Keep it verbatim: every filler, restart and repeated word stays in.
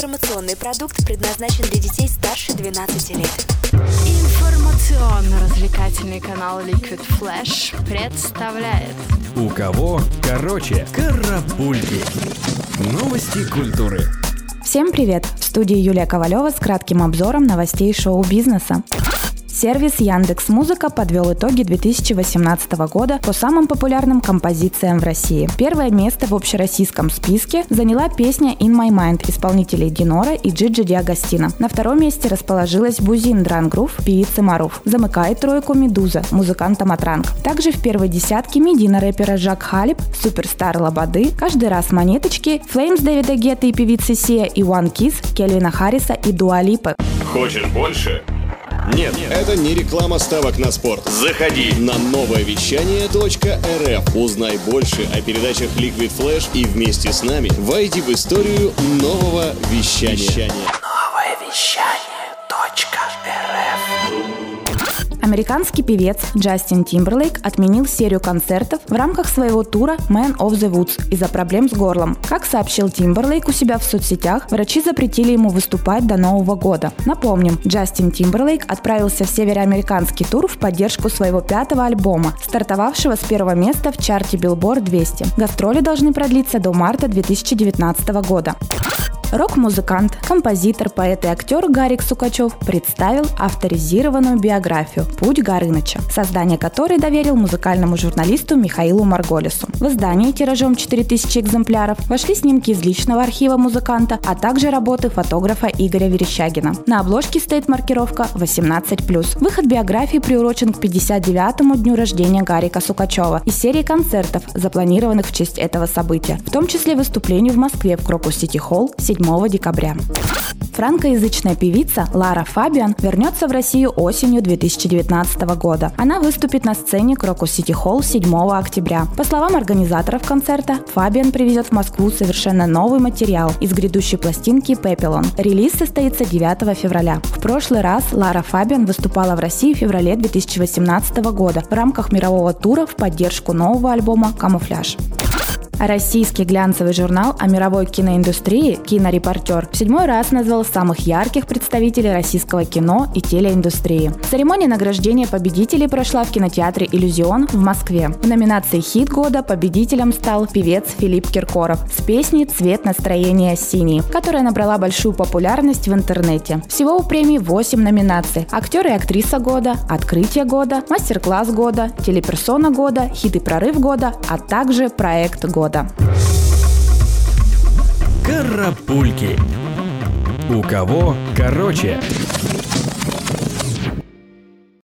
Информационный продукт предназначен для детей старше двенадцати лет. Информационно-развлекательный канал Liquid Flash представляет «У кого короче?» Карапульки. Новости культуры. Всем привет! В студии Юлия Ковалева с кратким обзором новостей шоу-бизнеса. Сервис Яндекс.Музыка подвел итоги две тысячи восемнадцатого года по самым популярным композициям в России. Первое место в общероссийском списке заняла песня «In My Mind» исполнителей Динора и Джиджи Диагостино. На втором месте расположилась Бузин Дран Грув певицы Маруф. Замыкает тройку «Медуза» музыканта Матранг. Также в первой десятке медийно рэпера Жак Халиб, суперстар Лободы, «Каждый раз монеточки», Flames Дэвида Гетты и певицы Сия и One Kiss, Кельвина Харриса и Дуа Липы. Хочешь больше? Нет, это не реклама ставок на спорт. Заходи на новое вещание точка эр эф. Узнай больше о передачах Liquid Flash и вместе с нами войди в историю нового вещания. Новое вещание точка эр эф. Американский певец Джастин Тимберлейк отменил серию концертов в рамках своего тура Man of the Woods из-за проблем с горлом. Как сообщил Тимберлейк у себя в соцсетях, врачи запретили ему выступать до Нового года. Напомним, Джастин Тимберлейк отправился в североамериканский тур в поддержку своего пятого альбома, стартовавшего с первого места в чарте Billboard двести. Гастроли должны продлиться до марта две тысячи девятнадцатого года. Рок-музыкант, композитор, поэт и актер Гарик Сукачев представил авторизированную биографию «Путь Горыныча», создание которой доверил музыкальному журналисту Михаилу Марголису. В издании тиражом четыре тысячи экземпляров вошли снимки из личного архива музыканта, а также работы фотографа Игоря Верещагина. На обложке стоит маркировка восемнадцать плюс. Выход биографии приурочен к пятьдесят девятому дню рождения Гарика Сукачева и серии концертов, запланированных в честь этого события, в том числе выступлению в Москве в Крокус Сити Холл седьмого декабря. Франкоязычная певица Лара Фабиан вернется в Россию осенью две тысячи девятнадцатого года. Она выступит на сцене Крокус Сити Холл седьмого октября. По словам организаторов концерта, Фабиан привезет в Москву совершенно новый материал из грядущей пластинки «Пепелон». Релиз состоится девятого февраля. В прошлый раз Лара Фабиан выступала в России в феврале две тысячи восемнадцатого года в рамках мирового тура в поддержку нового альбома «Камуфляж». Российский глянцевый журнал о мировой киноиндустрии «Кинорепортер» в седьмой раз назвал самых ярких представителей российского кино и телеиндустрии. Церемония награждения победителей прошла в кинотеатре «Иллюзион» в Москве. В номинации «Хит года» победителем стал певец Филипп Киркоров с песней «Цвет настроения синий», которая набрала большую популярность в интернете. Всего у премии восемь номинаций: актер и актриса года, открытие года, мастер-класс года, телеперсона года, хит и прорыв года, а также проект года. Карапульки. У кого короче?